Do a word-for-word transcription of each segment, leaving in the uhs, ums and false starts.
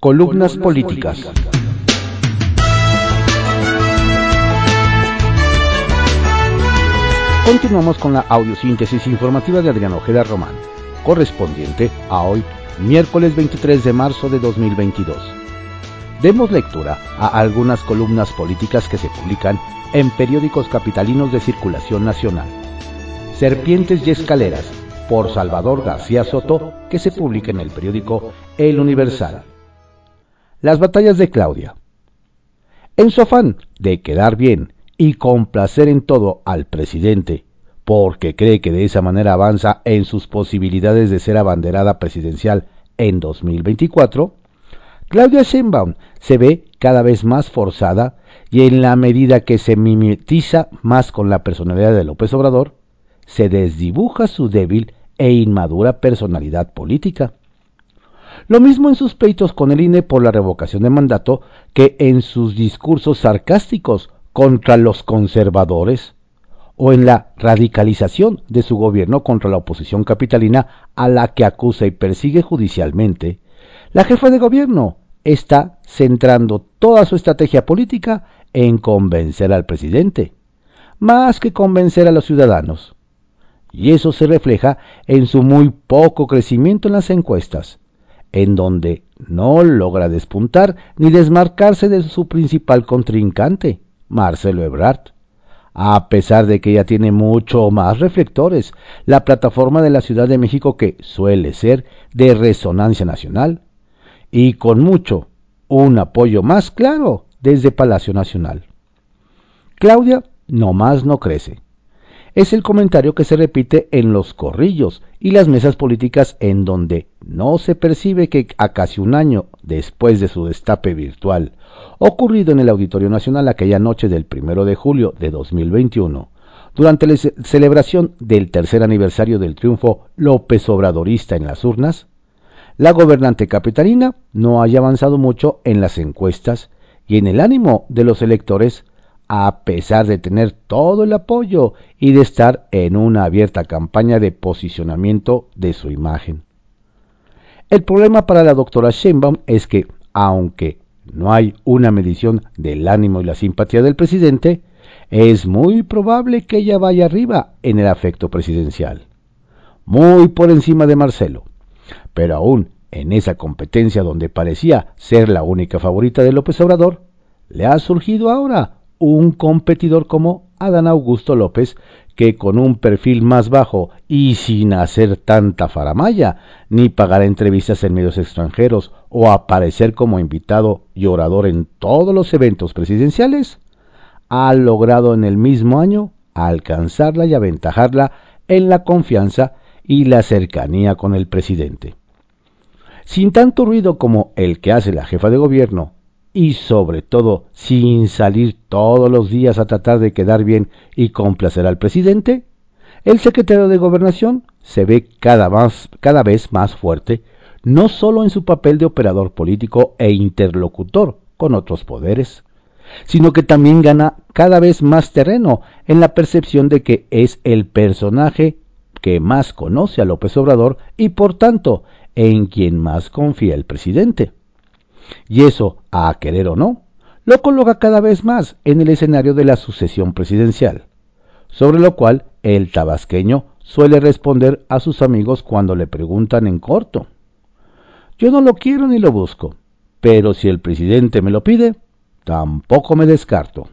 Columnas políticas. Continuamos con la audiosíntesis informativa de Adrián Ojeda Román, correspondiente a hoy, miércoles veintitrés de marzo de dos mil veintidós. Demos lectura a algunas columnas políticas que se publican en periódicos capitalinos de circulación nacional. Serpientes y escaleras, por Salvador García Soto, que se publica en el periódico El Universal. Las batallas de Claudia. En su afán de quedar bien y complacer en todo al presidente, porque cree que de esa manera avanza en sus posibilidades de ser abanderada presidencial en dos mil veinticuatro, Claudia Sheinbaum se ve cada vez más forzada y en la medida que se mimetiza más con la personalidad de López Obrador, se desdibuja su débil e inmadura personalidad política. Lo mismo en sus pleitos con el I N E por la revocación de mandato que en sus discursos sarcásticos contra los conservadores, o en la radicalización de su gobierno contra la oposición capitalina a la que acusa y persigue judicialmente. La jefa de gobierno está centrando toda su estrategia política en convencer al presidente, más que convencer a los ciudadanos. Y eso se refleja en su muy poco crecimiento en las encuestas, en donde no logra despuntar ni desmarcarse de su principal contrincante, Marcelo Ebrard. A pesar de que ella tiene mucho más reflectores, la plataforma de la Ciudad de México que suele ser de resonancia nacional, y con mucho, un apoyo más claro desde Palacio Nacional. Claudia nomás no crece. Es el comentario que se repite en los corrillos y las mesas políticas en donde no se percibe que a casi un año después de su destape virtual, ocurrido en el Auditorio Nacional aquella noche del primero de julio de dos mil veintiuno, durante la celebración del tercer aniversario del triunfo López Obradorista en las urnas, la gobernante capitalina no haya avanzado mucho en las encuestas y en el ánimo de los electores, a pesar de tener todo el apoyo y de estar en una abierta campaña de posicionamiento de su imagen. El problema para la doctora Sheinbaum es que, aunque no hay una medición del ánimo y la simpatía del presidente, es muy probable que ella vaya arriba en el afecto presidencial, muy por encima de Marcelo, pero aún en esa competencia donde parecía ser la única favorita de López Obrador, le ha surgido ahora un competidor como Adán Augusto López, que con un perfil más bajo y sin hacer tanta faramalla, ni pagar entrevistas en medios extranjeros o aparecer como invitado y orador en todos los eventos presidenciales, ha logrado en el mismo año alcanzarla y aventajarla en la confianza y la cercanía con el presidente. Sin tanto ruido como el que hace la jefa de gobierno, y sobre todo sin salir todos los días a tratar de quedar bien y complacer al presidente, el secretario de Gobernación se ve cada, más, cada vez más fuerte, no solo en su papel de operador político e interlocutor con otros poderes, sino que también gana cada vez más terreno en la percepción de que es el personaje que más conoce a López Obrador y por tanto en quien más confía el presidente. Y eso, a querer o no, lo coloca cada vez más en el escenario de la sucesión presidencial, sobre lo cual el tabasqueño suele responder a sus amigos cuando le preguntan en corto: yo no lo quiero ni lo busco, pero si el presidente me lo pide, tampoco me descarto.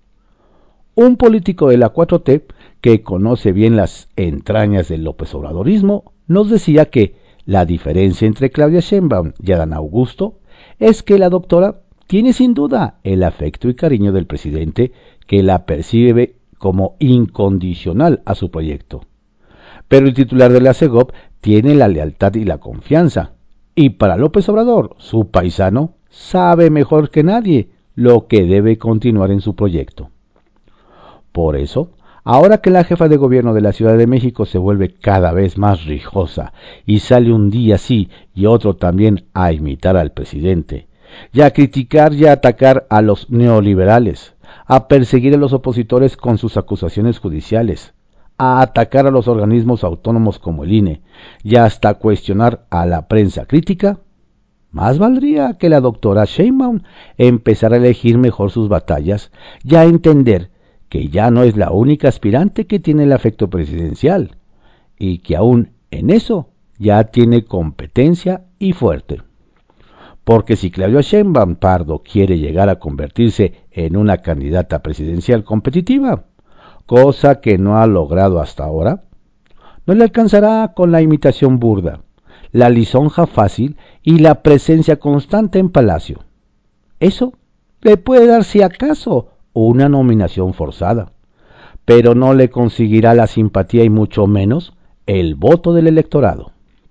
Un político de la cuatro T que conoce bien las entrañas del López Obradorismo nos decía que la diferencia entre Claudia Sheinbaum y Adán Augusto es que la doctora tiene sin duda el afecto y cariño del presidente, que la percibe como incondicional a su proyecto. Pero el titular de la Segov tiene la lealtad y la confianza, y para López Obrador, su paisano, sabe mejor que nadie lo que debe continuar en su proyecto. Por eso, ahora que la jefa de gobierno de la Ciudad de México se vuelve cada vez más rijosa y sale un día sí y otro también a imitar al presidente, y a criticar y a atacar a los neoliberales, a perseguir a los opositores con sus acusaciones judiciales, a atacar a los organismos autónomos como el I N E y hasta cuestionar a la prensa crítica, Más valdría que la doctora Sheinbaum empezara a elegir mejor sus batallas y a entender que ya no es la única aspirante que tiene el afecto presidencial, y que aún en eso ya tiene competencia y fuerte. Porque si Claudia Sheinbaum Pardo quiere llegar a convertirse en una candidata presidencial competitiva, cosa que no ha logrado hasta ahora, no le alcanzará con la imitación burda, la lisonja fácil y la presencia constante en Palacio. Eso le puede dar si acaso una nominación forzada, pero no le conseguirá la simpatía y mucho menos el voto del electorado.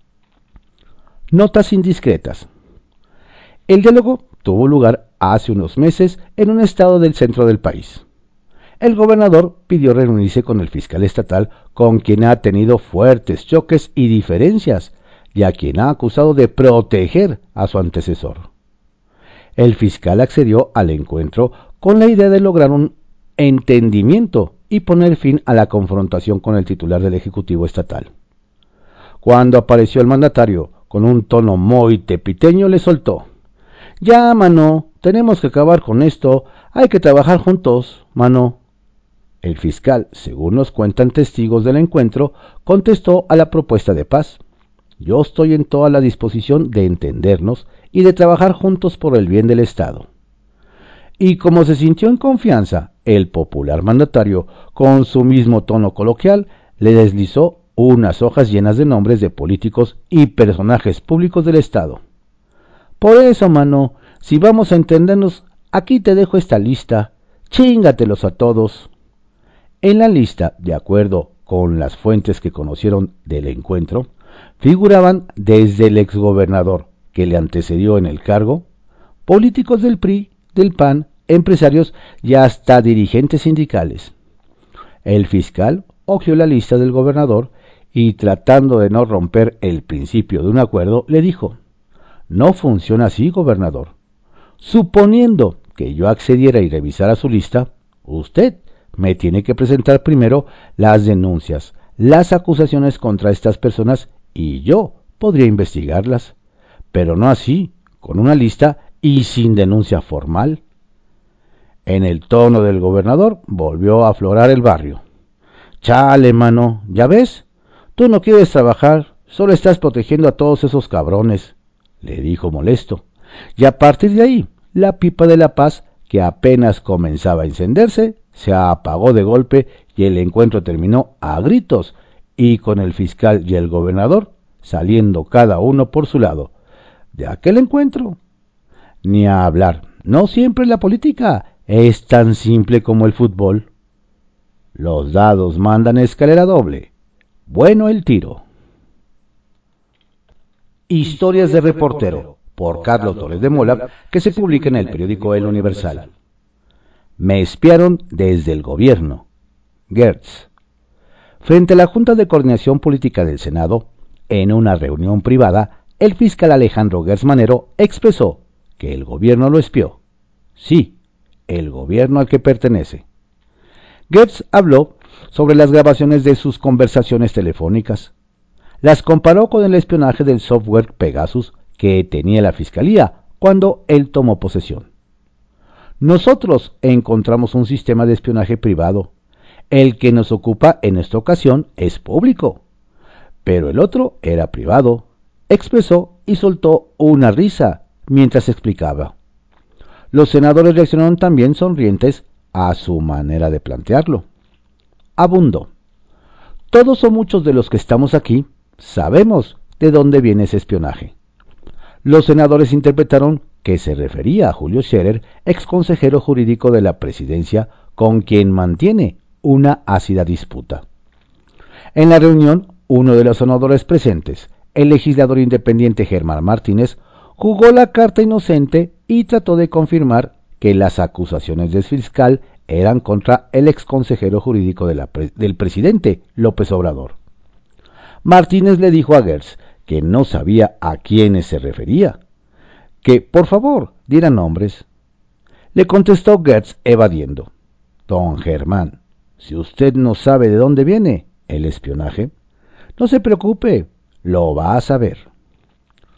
Notas indiscretas. El diálogo tuvo lugar hace unos meses en un estado del centro del país. El gobernador pidió reunirse con el fiscal estatal, con quien ha tenido fuertes choques y diferencias, y a quien ha acusado de proteger a su antecesor. El fiscal accedió al encuentro con la idea de lograr un entendimiento y poner fin a la confrontación con el titular del Ejecutivo Estatal. Cuando apareció el mandatario, con un tono muy tepiteño, le soltó: «Ya, mano, tenemos que acabar con esto, hay que trabajar juntos, mano». El fiscal, según nos cuentan testigos del encuentro, contestó a la propuesta de paz: «Yo estoy en toda la disposición de entendernos y de trabajar juntos por el bien del Estado». Y como se sintió en confianza, el popular mandatario, con su mismo tono coloquial, le deslizó unas hojas llenas de nombres de políticos y personajes públicos del Estado. «Por eso, mano, si vamos a entendernos, aquí te dejo esta lista, chíngatelos a todos». En la lista, de acuerdo con las fuentes que conocieron del encuentro, figuraban desde el exgobernador que le antecedió en el cargo, políticos del P R I, del P A N, empresarios y hasta dirigentes sindicales. El fiscal hojeó la lista del gobernador y, tratando de no romper el principio de un acuerdo, le dijo: «No funciona así, gobernador. Suponiendo que yo accediera y revisara su lista, usted me tiene que presentar primero las denuncias, las acusaciones contra estas personas, y yo podría investigarlas, pero no así, con una lista y sin denuncia formal». En el tono del gobernador volvió a aflorar el barrio. «Chale, mano, ¿ya ves? Tú no quieres trabajar, solo estás protegiendo a todos esos cabrones», le dijo molesto. Y a partir de ahí, la pipa de la paz, que apenas comenzaba a encenderse, se apagó de golpe y el encuentro terminó a gritos y con el fiscal y el gobernador saliendo cada uno por su lado de aquel encuentro. Ni a hablar, no siempre la política es tan simple como el fútbol. Los dados mandan escalera doble. Bueno el tiro. Historias de reportero, por Carlos Torres de Mola, que se publica en el periódico El Universal. Me espiaron desde el gobierno. Gertz. Frente a la Junta de Coordinación Política del Senado, en una reunión privada, el fiscal Alejandro Gertz Manero expresó que el gobierno lo espió. Sí, el gobierno al que pertenece. Gertz habló sobre las grabaciones de sus conversaciones telefónicas. Las comparó con el espionaje del software Pegasus que tenía la fiscalía cuando él tomó posesión. Nosotros encontramos un sistema de espionaje privado. El que nos ocupa en esta ocasión es público, pero el otro era privado, expresó y soltó una risa mientras explicaba. Los senadores reaccionaron también sonrientes a su manera de plantearlo. Abundó. Todos o muchos de los que estamos aquí sabemos de dónde viene ese espionaje. Los senadores interpretaron que se refería a Julio Scherer, ex consejero jurídico de la presidencia, con quien mantiene una ácida disputa. En la reunión, uno de los senadores presentes, el legislador independiente Germán Martínez, jugó la carta inocente y trató de confirmar que las acusaciones del fiscal eran contra el ex consejero jurídico de la pre- del presidente López Obrador. Martínez le dijo a Gertz que no sabía a quiénes se refería, que por favor diera nombres. Le contestó Gertz evadiendo: «Don Germán, si usted no sabe de dónde viene el espionaje, no se preocupe, lo va a saber».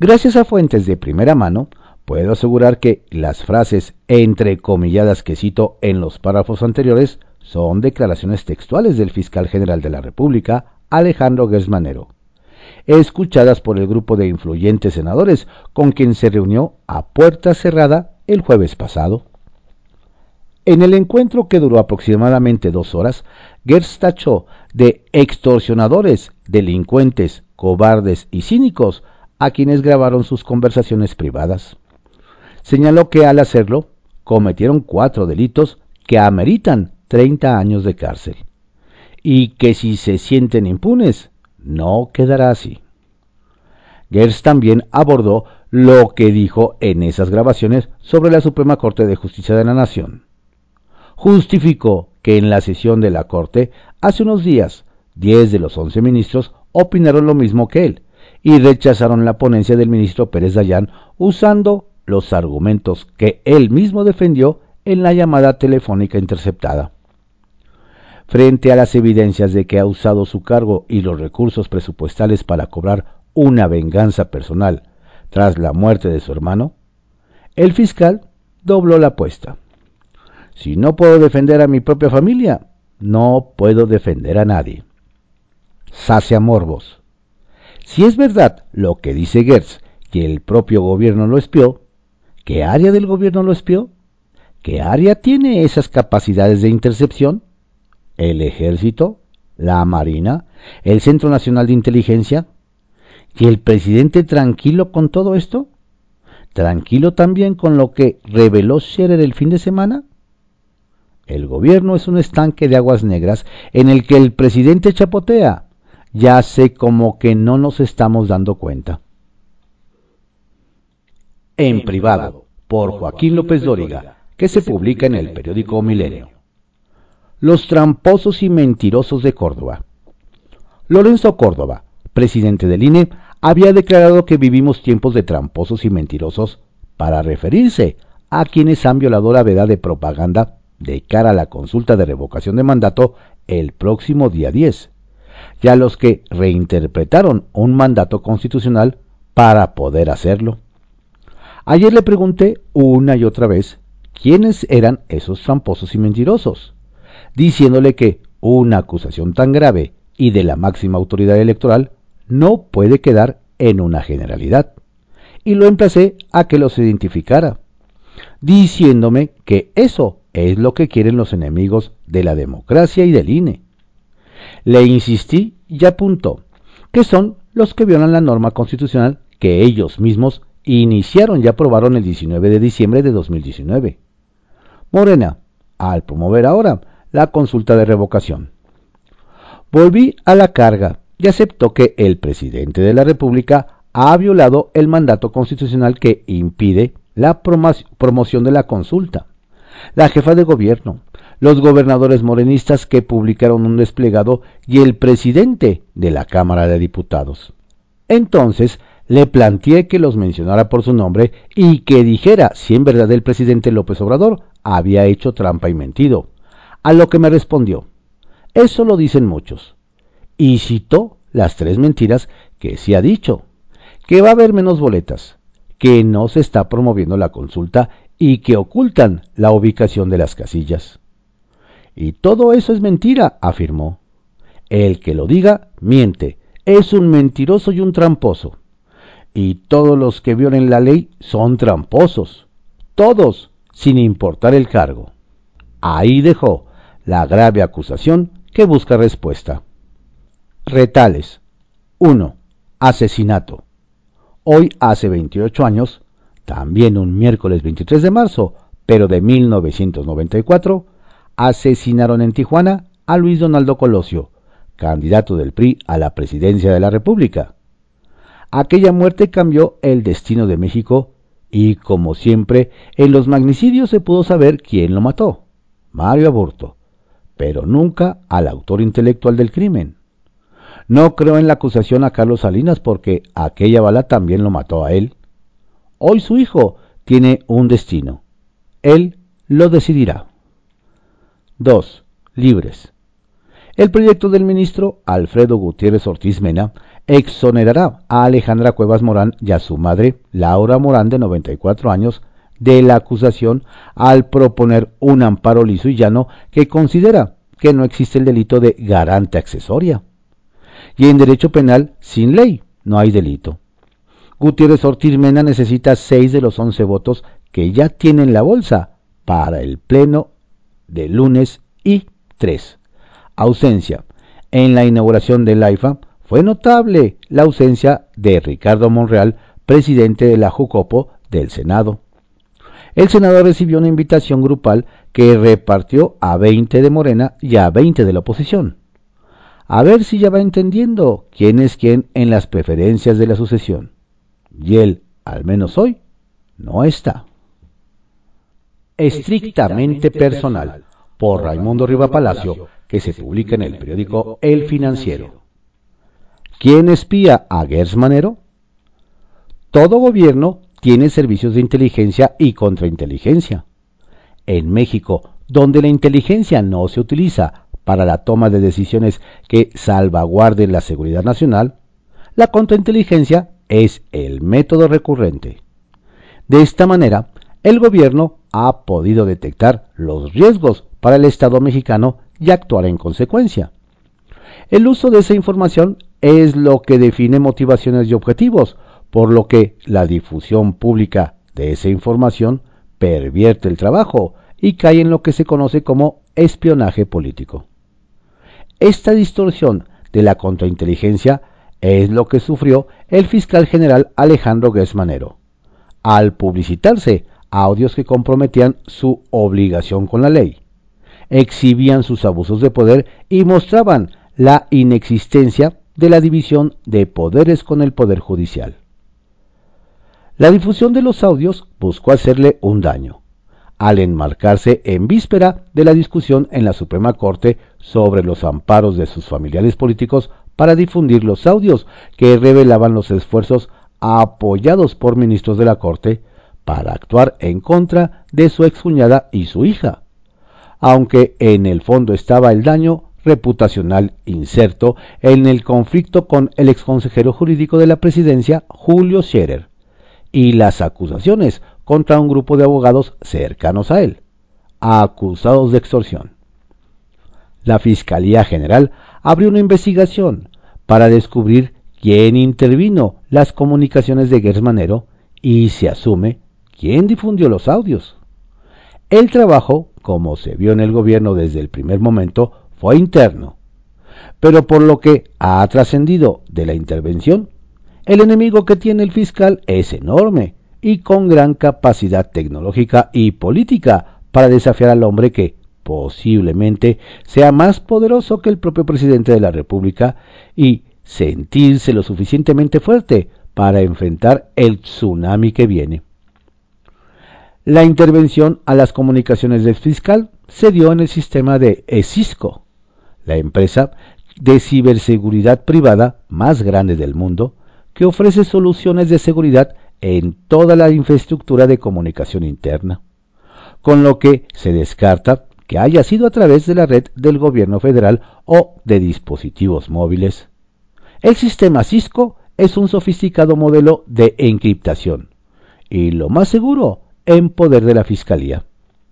Gracias a fuentes de primera mano, puedo asegurar que las frases entrecomilladas que cito en los párrafos anteriores son declaraciones textuales del fiscal general de la República, Alejandro Gertz Manero, escuchadas por el grupo de influyentes senadores con quien se reunió a puerta cerrada el jueves pasado. En el encuentro, que duró aproximadamente dos horas, Gertz tachó de extorsionadores, delincuentes, cobardes y cínicos a quienes grabaron sus conversaciones privadas. Señaló que al hacerlo, cometieron cuatro delitos que ameritan treinta años de cárcel, y que si se sienten impunes, no quedará así. Gertz también abordó lo que dijo en esas grabaciones sobre la Suprema Corte de Justicia de la Nación. Justificó que en la sesión de la Corte, hace unos días, diez de los once ministros opinaron lo mismo que él, y rechazaron la ponencia del ministro Pérez Dayán usando los argumentos que él mismo defendió en la llamada telefónica interceptada. Frente a las evidencias de que ha usado su cargo y los recursos presupuestales para cobrar una venganza personal tras la muerte de su hermano, el fiscal dobló la apuesta. Si no puedo defender a mi propia familia, no puedo defender a nadie. Sacia morbos. Si es verdad lo que dice Gertz, que el propio gobierno lo espió, ¿qué área del gobierno lo espió? ¿Qué área tiene esas capacidades de intercepción? ¿El Ejército? ¿La Marina? ¿El Centro Nacional de Inteligencia? ¿Y el presidente tranquilo con todo esto? ¿Tranquilo también con lo que reveló Scherer el fin de semana? El gobierno es un estanque de aguas negras en el que el presidente chapotea. Ya sé como que no nos estamos dando cuenta. En privado, por Joaquín López Dóriga, que se publica en el periódico Milenio. Los tramposos y mentirosos de Córdoba. Lorenzo Córdoba, presidente del I N E, había declarado que vivimos tiempos de tramposos y mentirosos para referirse a quienes han violado la veda de propaganda de cara a la consulta de revocación de mandato el próximo día diez, y a los que reinterpretaron un mandato constitucional para poder hacerlo. Ayer le pregunté una y otra vez quiénes eran esos tramposos y mentirosos, diciéndole que una acusación tan grave y de la máxima autoridad electoral no puede quedar en una generalidad, y lo emplacé a que los identificara, diciéndome que eso es lo que quieren los enemigos de la democracia y del I N E. Le insistí y apuntó que son los que violan la norma constitucional que ellos mismos iniciaron y aprobaron el diecinueve de diciembre de dos mil diecinueve. Morena, al promover ahora la consulta de revocación. Volví a la carga y aceptó que el presidente de la República ha violado el mandato constitucional que impide la promoción de la consulta. La jefa de gobierno, los gobernadores morenistas que publicaron un desplegado y el presidente de la Cámara de Diputados. Entonces le planteé que los mencionara por su nombre y que dijera si en verdad el presidente López Obrador había hecho trampa y mentido, a lo que me respondió: eso lo dicen muchos, y citó las tres mentiras que sí ha dicho: que va a haber menos boletas, que no se está promoviendo la consulta y que ocultan la ubicación de las casillas. Y todo eso es mentira, afirmó. El que lo diga, miente, es un mentiroso y un tramposo. Y todos los que violen la ley son tramposos, todos, sin importar el cargo. Ahí dejó la grave acusación que busca respuesta. Retales. uno. Asesinato. Hoy hace veintiocho años, también un miércoles veintitrés de marzo, pero de mil novecientos noventa y cuatro, asesinaron en Tijuana a Luis Donaldo Colosio, candidato del P R I a la presidencia de la República. Aquella muerte cambió el destino de México y, como siempre, en los magnicidios se pudo saber quién lo mató: Mario Aburto, pero nunca al autor intelectual del crimen. No creo en la acusación a Carlos Salinas porque aquella bala también lo mató a él. Hoy su hijo tiene un destino. Él lo decidirá. dos. Libres. El proyecto del ministro Alfredo Gutiérrez Ortiz Mena exonerará a Alejandra Cuevas Morán y a su madre, Laura Morán, de noventa y cuatro años, de la acusación al proponer un amparo liso y llano que considera que no existe el delito de garante accesoria. Y en derecho penal, sin ley, no hay delito. Gutiérrez Ortiz Mena necesita seis de los once votos que ya tiene en la bolsa para el pleno de lunes y tres. Ausencia. En la inauguración del AIFA fue notable la ausencia de Ricardo Monreal, presidente de la Jucopo del Senado. El Senado recibió una invitación grupal que repartió a veinte de Morena y a veinte de la oposición. A ver si ya va entendiendo quién es quién en las preferencias de la sucesión. Y él, al menos hoy, no está. Estrictamente personal, por Raimundo Riva Palacio, que se publica en el periódico El Financiero. ¿Quién espía a Gers Manero? Todo gobierno tiene servicios de inteligencia y contrainteligencia. En México, donde la inteligencia no se utiliza para la toma de decisiones que salvaguarden la seguridad nacional, la contrainteligencia es el método recurrente. De esta manera, el gobierno ha podido detectar los riesgos para el Estado mexicano y actuar en consecuencia. El uso de esa información es lo que define motivaciones y objetivos, por lo que la difusión pública de esa información pervierte el trabajo y cae en lo que se conoce como espionaje político. Esta distorsión de la contrainteligencia es lo que sufrió el fiscal general Alejandro Gers Manero, al publicitarse audios que comprometían su obligación con la ley, exhibían sus abusos de poder y mostraban la inexistencia de la división de poderes con el Poder Judicial. La difusión de los audios buscó hacerle un daño, al enmarcarse en víspera de la discusión en la Suprema Corte sobre los amparos de sus familiares políticos para difundir los audios que revelaban los esfuerzos apoyados por ministros de la Corte para actuar en contra de su excuñada y su hija, aunque en el fondo estaba el daño reputacional inserto en el conflicto con el exconsejero jurídico de la presidencia, Julio Scherer, y las acusaciones contra un grupo de abogados cercanos a él, acusados de extorsión. La Fiscalía General abrió una investigación para descubrir quién intervino las comunicaciones de Gers Manero y se asume quién difundió los audios. El trabajo, como se vio en el gobierno desde el primer momento, fue interno, pero por lo que ha trascendido de la intervención, el enemigo que tiene el fiscal es enorme y con gran capacidad tecnológica y política para desafiar al hombre que, posiblemente, sea más poderoso que el propio presidente de la República y sentirse lo suficientemente fuerte para enfrentar el tsunami que viene. La intervención a las comunicaciones del fiscal se dio en el sistema de Cisco, la empresa de ciberseguridad privada más grande del mundo, que ofrece soluciones de seguridad en toda la infraestructura de comunicación interna, con lo que se descarta que haya sido a través de la red del gobierno federal o de dispositivos móviles. El sistema Cisco es un sofisticado modelo de encriptación y, lo más seguro, en poder de la Fiscalía.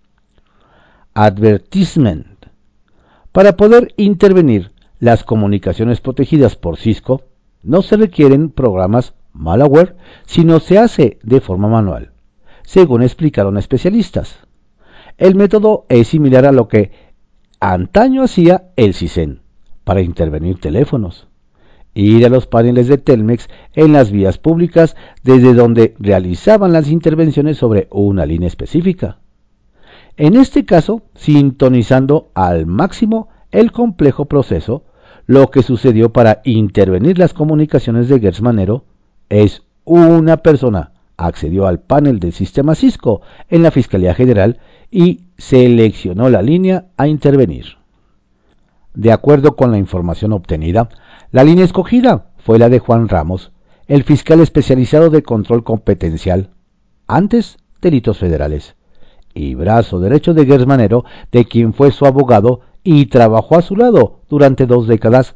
Advertisement. Para poder intervenir las comunicaciones protegidas por Cisco, no se requieren programas malware, sino se hace de forma manual, según explicaron especialistas. El método es similar a lo que antaño hacía el CISEN para intervenir teléfonos. Ir a los paneles de Telmex en las vías públicas desde donde realizaban las intervenciones sobre una línea específica. En este caso, sintonizando al máximo el complejo proceso, lo que sucedió para intervenir las comunicaciones de Gers Manero es una persona accedió al panel del sistema Cisco en la Fiscalía General y seleccionó la línea a intervenir. De acuerdo con la información obtenida, la línea escogida fue la de Juan Ramos, el fiscal especializado de control competencial, antes delitos federales, y brazo derecho de Gers Manero, de quien fue su abogado y trabajó a su lado durante dos décadas,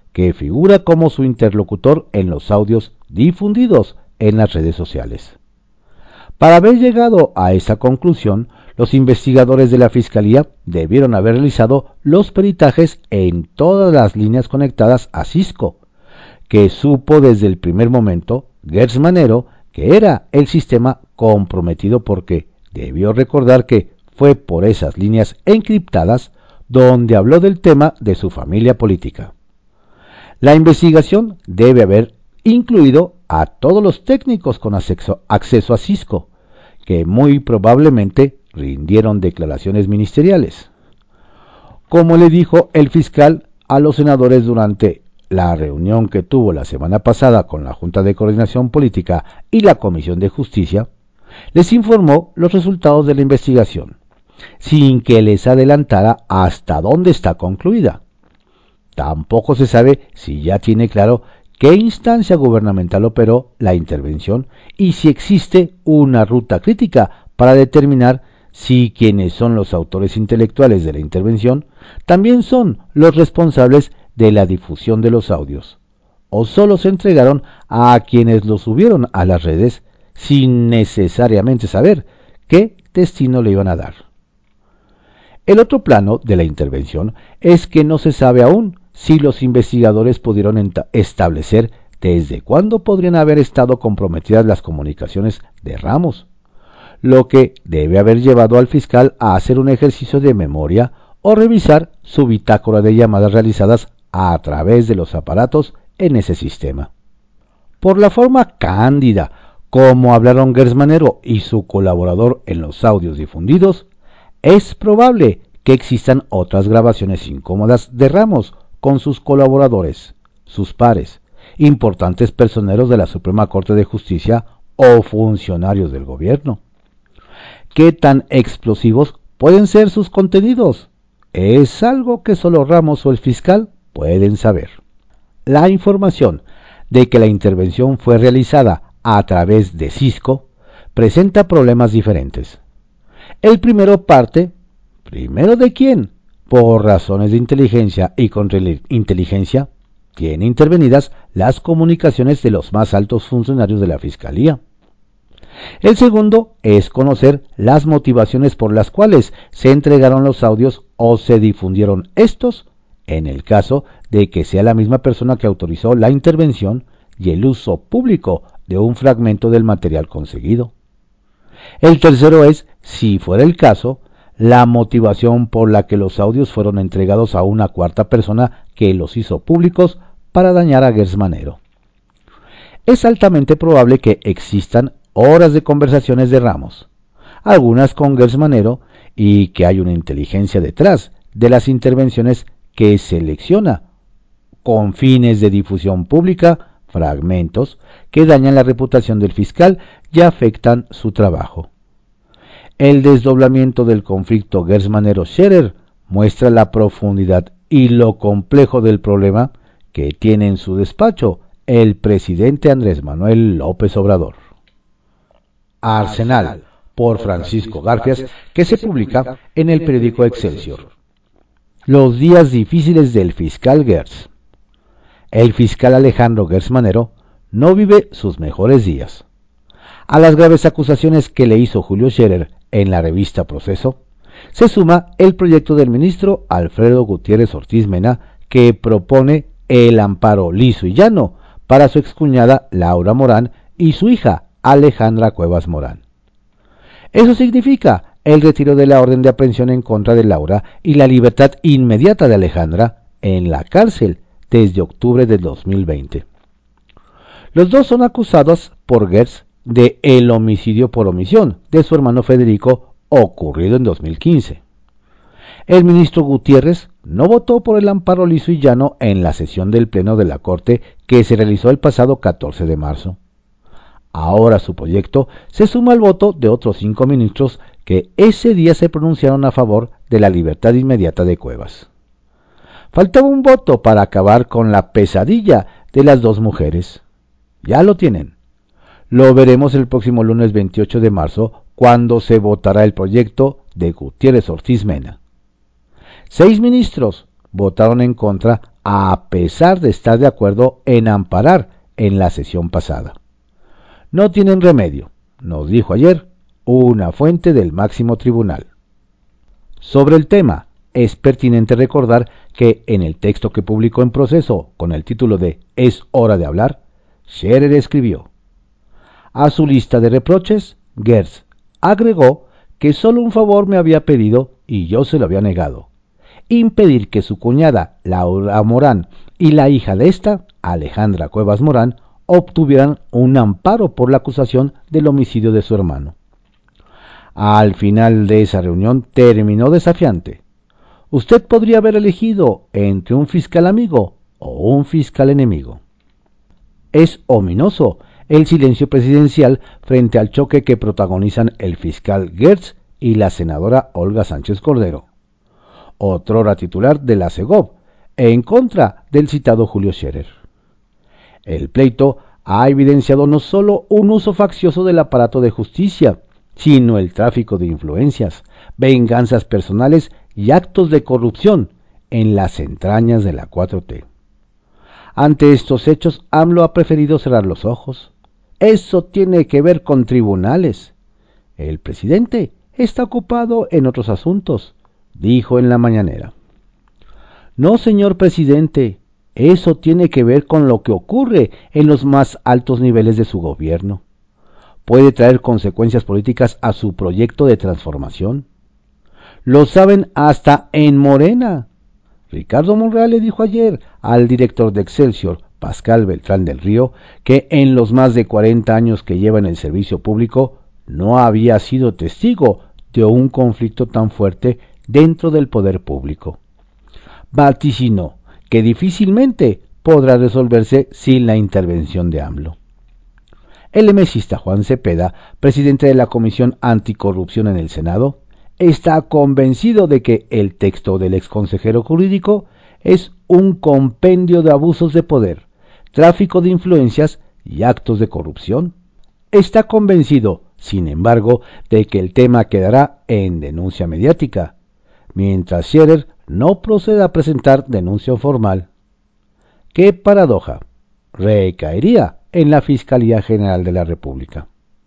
que figura como su interlocutor en los audios difundidos en las redes sociales. Para haber llegado a esa conclusión, los investigadores de la Fiscalía debieron haber realizado los peritajes en todas las líneas conectadas a Cisco, que supo desde el primer momento Gers Manero que era el sistema comprometido, porque debió recordar que fue por esas líneas encriptadas donde habló del tema de su familia política. La investigación debe haber incluido a todos los técnicos con acceso, acceso a Cisco, que muy probablemente rindieron declaraciones ministeriales. Como le dijo el fiscal a los senadores durante la reunión que tuvo la semana pasada con la Junta de Coordinación Política y la Comisión de Justicia, les informó los resultados de la investigación, sin que les adelantara hasta dónde está concluida. Tampoco se sabe si ya tiene claro qué instancia gubernamental operó la intervención y si existe una ruta crítica para determinar si quienes son los autores intelectuales de la intervención también son los responsables de la difusión de los audios, o solo se entregaron a quienes los subieron a las redes sin necesariamente saber qué destino le iban a dar. El otro plano de la intervención es que no se sabe aún si los investigadores pudieron establecer desde cuándo podrían haber estado comprometidas las comunicaciones de Ramos, lo que debe haber llevado al fiscal a hacer un ejercicio de memoria o revisar su bitácora de llamadas realizadas a través de los aparatos en ese sistema. Por la forma cándida como hablaron Gers Manero y su colaborador en los audios difundidos, es probable que existan otras grabaciones incómodas de Ramos con sus colaboradores, sus pares, importantes personeros de la Suprema Corte de Justicia o funcionarios del gobierno. ¿Qué tan explosivos pueden ser sus contenidos? Es algo que solo Ramos o el fiscal pueden saber. La información de que la intervención fue realizada a través de Cisco presenta problemas diferentes. El primero parte, ¿primero de quién? Por razones de inteligencia y contrainteligencia, tiene intervenidas las comunicaciones de los más altos funcionarios de la Fiscalía. El segundo es conocer las motivaciones por las cuales se entregaron los audios o se difundieron estos, en el caso de que sea la misma persona que autorizó la intervención y el uso público de un fragmento del material conseguido. El tercero es, si fuera el caso, la motivación por la que los audios fueron entregados a una cuarta persona que los hizo públicos para dañar a Gers Manero. Es altamente probable que existan horas de conversaciones de Ramos, algunas con Gers Manero, y que hay una inteligencia detrás de las intervenciones que selecciona con fines de difusión pública fragmentos que dañan la reputación del fiscal y afectan su trabajo. El desdoblamiento del conflicto Gers Manero-Scherer muestra la profundidad y lo complejo del problema que tiene en su despacho el presidente Andrés Manuel López Obrador. Arsenal, por Francisco Garfias, que se publica en el periódico Excelsior. Los días difíciles del fiscal Gers. El fiscal Alejandro Gers Manero no vive sus mejores días. A las graves acusaciones que le hizo Julio Scherer en la revista Proceso, se suma el proyecto del ministro Alfredo Gutiérrez Ortiz Mena, que propone el amparo liso y llano para su excuñada Laura Morán y su hija Alejandra Cuevas Morán. Eso significa el retiro de la orden de aprehensión en contra de Laura y la libertad inmediata de Alejandra en la cárcel desde octubre de dos mil veinte. Los dos son acusados por Gers de el homicidio por omisión de su hermano Federico, ocurrido en dos mil quince. El ministro Gutiérrez no votó por el amparo liso y llano en la sesión del Pleno de la Corte que se realizó el pasado catorce de marzo. Ahora su proyecto se suma al voto de otros cinco ministros que ese día se pronunciaron a favor de la libertad inmediata de Cuevas. Faltaba un voto para acabar con la pesadilla de las dos mujeres. Ya lo tienen. Lo veremos el próximo lunes veintiocho de marzo, cuando se votará el proyecto de Gutiérrez Ortiz Mena. Seis ministros votaron en contra a pesar de estar de acuerdo en amparar en la sesión pasada. No tienen remedio, nos dijo ayer una fuente del máximo tribunal. Sobre el tema, es pertinente recordar que en el texto que publicó en proceso con el título de Es hora de hablar, Scherer escribió: a su lista de reproches, Gertz agregó que solo un favor me había pedido y yo se lo había negado: impedir que su cuñada Laura Morán y la hija de esta, Alejandra Cuevas Morán, obtuvieran un amparo por la acusación del homicidio de su hermano. Al final de esa reunión terminó desafiante: usted podría haber elegido entre un fiscal amigo o un fiscal enemigo. Es ominoso el silencio presidencial frente al choque que protagonizan el fiscal Gertz y la senadora Olga Sánchez Cordero, otrora titular de la Segov, en contra del citado Julio Scherer. El pleito ha evidenciado no solo un uso faccioso del aparato de justicia, sino el tráfico de influencias, venganzas personales y actos de corrupción en las entrañas de la cuatro T. Ante estos hechos, AMLO ha preferido cerrar los ojos. Eso tiene que ver con tribunales. El presidente está ocupado en otros asuntos, dijo en la mañanera. No, señor presidente, eso tiene que ver con lo que ocurre en los más altos niveles de su gobierno. Puede traer consecuencias políticas a su proyecto de transformación. Lo saben hasta en Morena. Ricardo Monreal le dijo ayer al director de Excelsior, Pascal Beltrán del Río, que en los más de cuarenta años que lleva en el servicio público no había sido testigo de un conflicto tan fuerte dentro del poder público. Vaticinó que difícilmente podrá resolverse sin la intervención de AMLO. El emesista Juan Cepeda, presidente de la Comisión Anticorrupción en el Senado, está convencido de que el texto del exconsejero jurídico es un compendio de abusos de poder, tráfico de influencias y actos de corrupción. Está convencido, sin embargo, de que el tema quedará en denuncia mediática, mientras Scherer no proceda a presentar denuncia formal. ¡Qué paradoja! Recaería en la Fiscalía General de la República.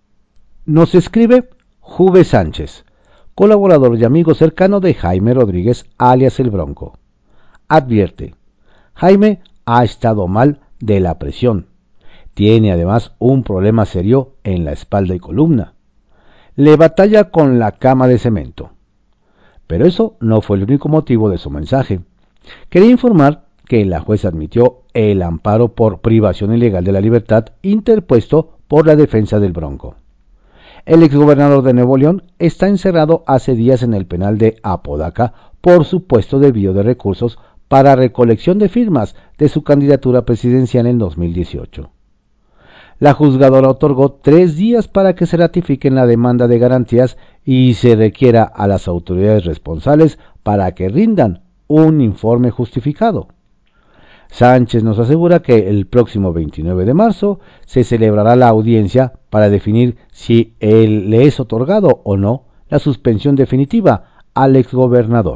Nos escribe Juve Sánchez, colaborador y amigo cercano de Jaime Rodríguez, alias El Bronco. Advierte: Jaime ha estado mal de la presión. Tiene además un problema serio en la espalda y columna. Le batalla con la cama de cemento. Pero eso no fue el único motivo de su mensaje. Quería informar que la jueza admitió el amparo por privación ilegal de la libertad interpuesto por la defensa del Bronco. El exgobernador de Nuevo León está encerrado hace días en el penal de Apodaca por supuesto desvío de recursos para recolección de firmas de su candidatura presidencial en dos mil dieciocho. La juzgadora otorgó tres días para que se ratifique la demanda de garantías y se requiera a las autoridades responsables para que rindan un informe justificado. Sánchez nos asegura que el próximo veintinueve de marzo se celebrará la audiencia para definir si él le es otorgado o no la suspensión definitiva al exgobernador.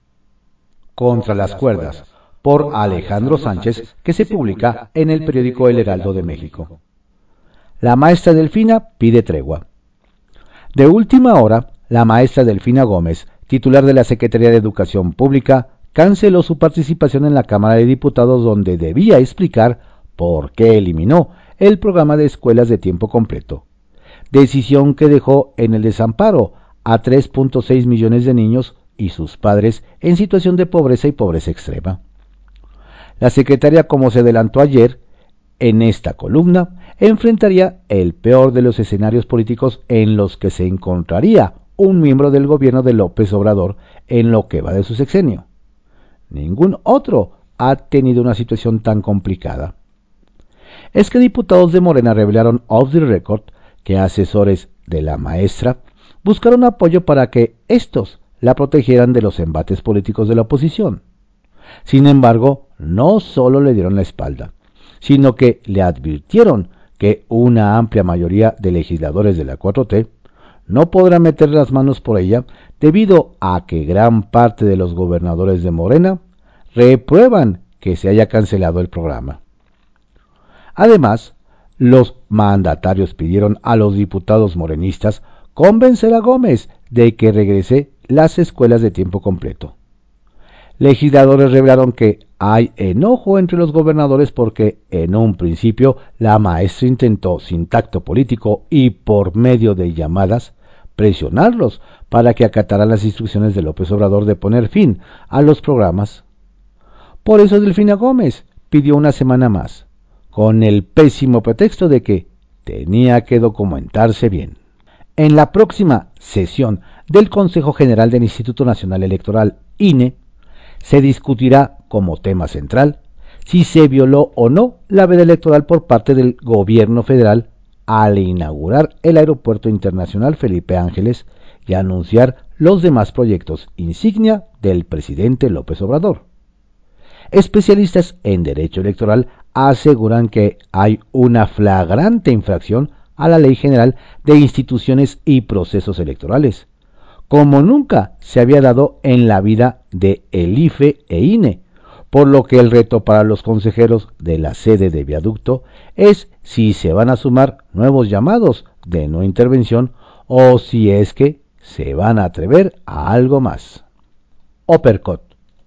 Contra las cuerdas, por Alejandro Sánchez, que se publica en el periódico El Heraldo de México. La maestra Delfina pide tregua. De última hora, la maestra Delfina Gómez, titular de la Secretaría de Educación Pública, canceló su participación en la Cámara de Diputados, donde debía explicar por qué eliminó el programa de escuelas de tiempo completo, decisión que dejó en el desamparo a tres punto seis millones de niños y sus padres en situación de pobreza y pobreza extrema. La secretaria, como se adelantó ayer en esta columna, enfrentaría el peor de los escenarios políticos en los que se encontraría un miembro del gobierno de López Obrador en lo que va de su sexenio. Ningún otro ha tenido una situación tan complicada. Es que diputados de Morena revelaron off the record que asesores de la maestra buscaron apoyo para que estos la protegieran de los embates políticos de la oposición. Sin embargo, no solo le dieron la espalda, sino que le advirtieron que una amplia mayoría de legisladores de la cuatro T no podrá meter las manos por ella debido a que gran parte de los gobernadores de Morena reprueban que se haya cancelado el programa. Además, los mandatarios pidieron a los diputados morenistas convencer a Gómez de que regrese las escuelas de tiempo completo. Legisladores revelaron que hay enojo entre los gobernadores porque en un principio la maestra intentó sin tacto político y por medio de llamadas presionarlos para que acataran las instrucciones de López Obrador de poner fin a los programas. Por eso Delfina Gómez pidió una semana más, con el pésimo pretexto de que tenía que documentarse bien. En la próxima sesión del Consejo General del Instituto Nacional Electoral, I N E, se discutirá como tema central si se violó o no la veda electoral por parte del gobierno federal al inaugurar el Aeropuerto Internacional Felipe Ángeles y anunciar los demás proyectos insignia del presidente López Obrador. Especialistas en derecho electoral aseguran que hay una flagrante infracción a la Ley General de Instituciones y Procesos Electorales, como nunca se había dado en la vida de el I F E e I N E, por lo que el reto para los consejeros de la sede de Viaducto es si se van a sumar nuevos llamados de no intervención o si es que se van a atrever a algo más. Uppercut,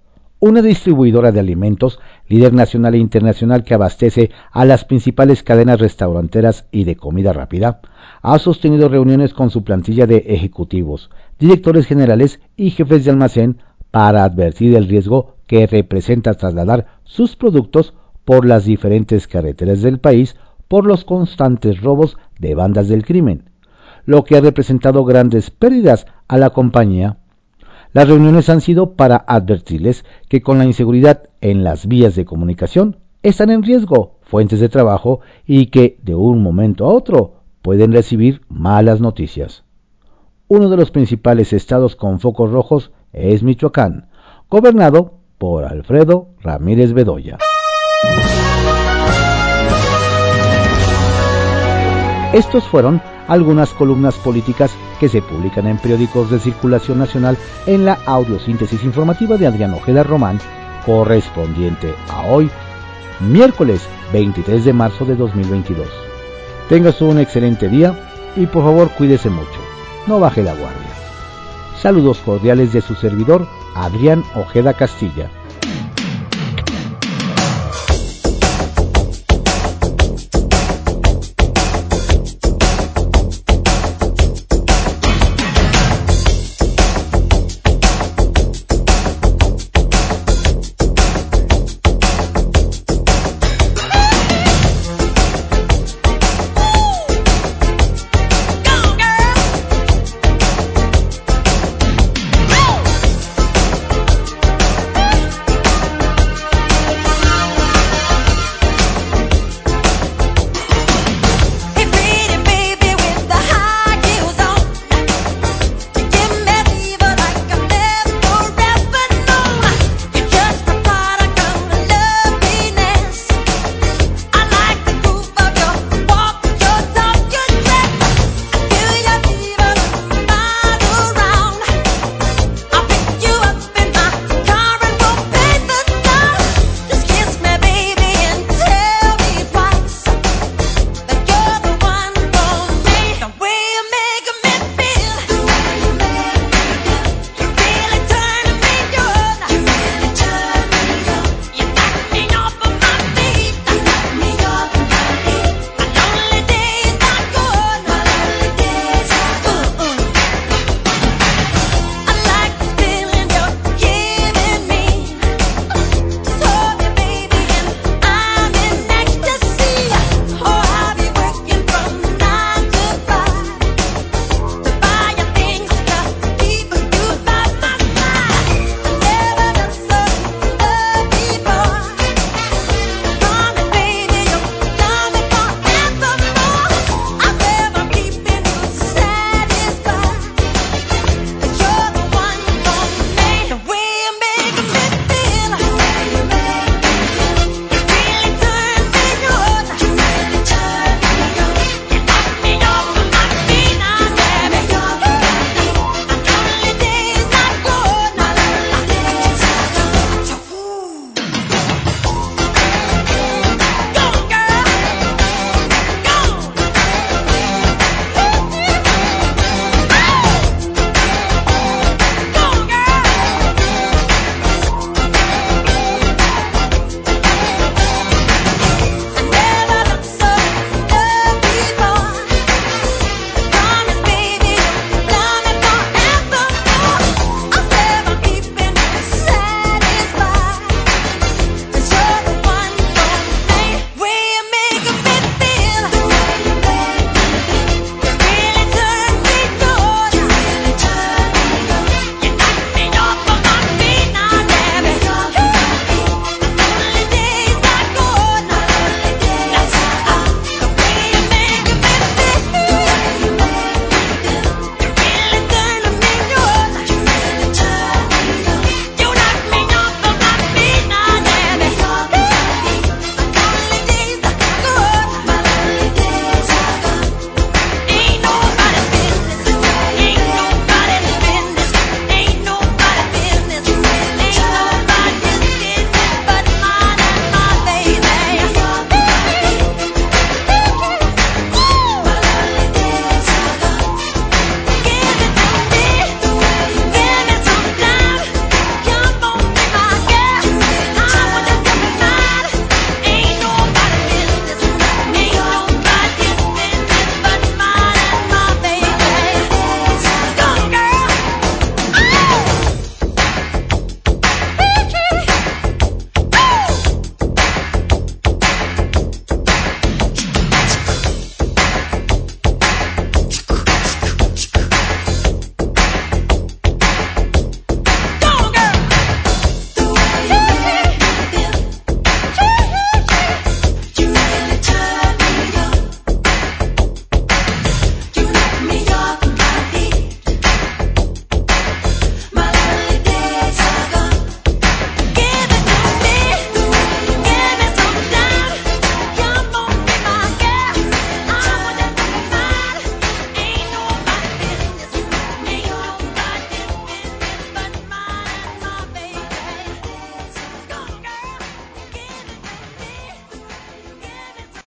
una distribuidora de alimentos, líder nacional e internacional que abastece a las principales cadenas restauranteras y de comida rápida, ha sostenido reuniones con su plantilla de ejecutivos, directores generales y jefes de almacén para advertir del riesgo que representa trasladar sus productos por las diferentes carreteras del país por los constantes robos de bandas del crimen, lo que ha representado grandes pérdidas a la compañía. Las reuniones han sido para advertirles que con la inseguridad en las vías de comunicación están en riesgo fuentes de trabajo y que de un momento a otro pueden recibir malas noticias. Uno de los principales estados con focos rojos es Michoacán, gobernado por Alfredo Ramírez Bedoya. Estos fueron algunas columnas políticas que se publican en periódicos de circulación nacional en la audiosíntesis informativa de Adrián Ojeda Román, correspondiente a hoy, miércoles veintitrés de marzo de dos mil veintidós. Tengas un excelente día y por favor cuídese mucho, no baje la guardia. Saludos cordiales de su servidor, Adrián Ojeda Castilla.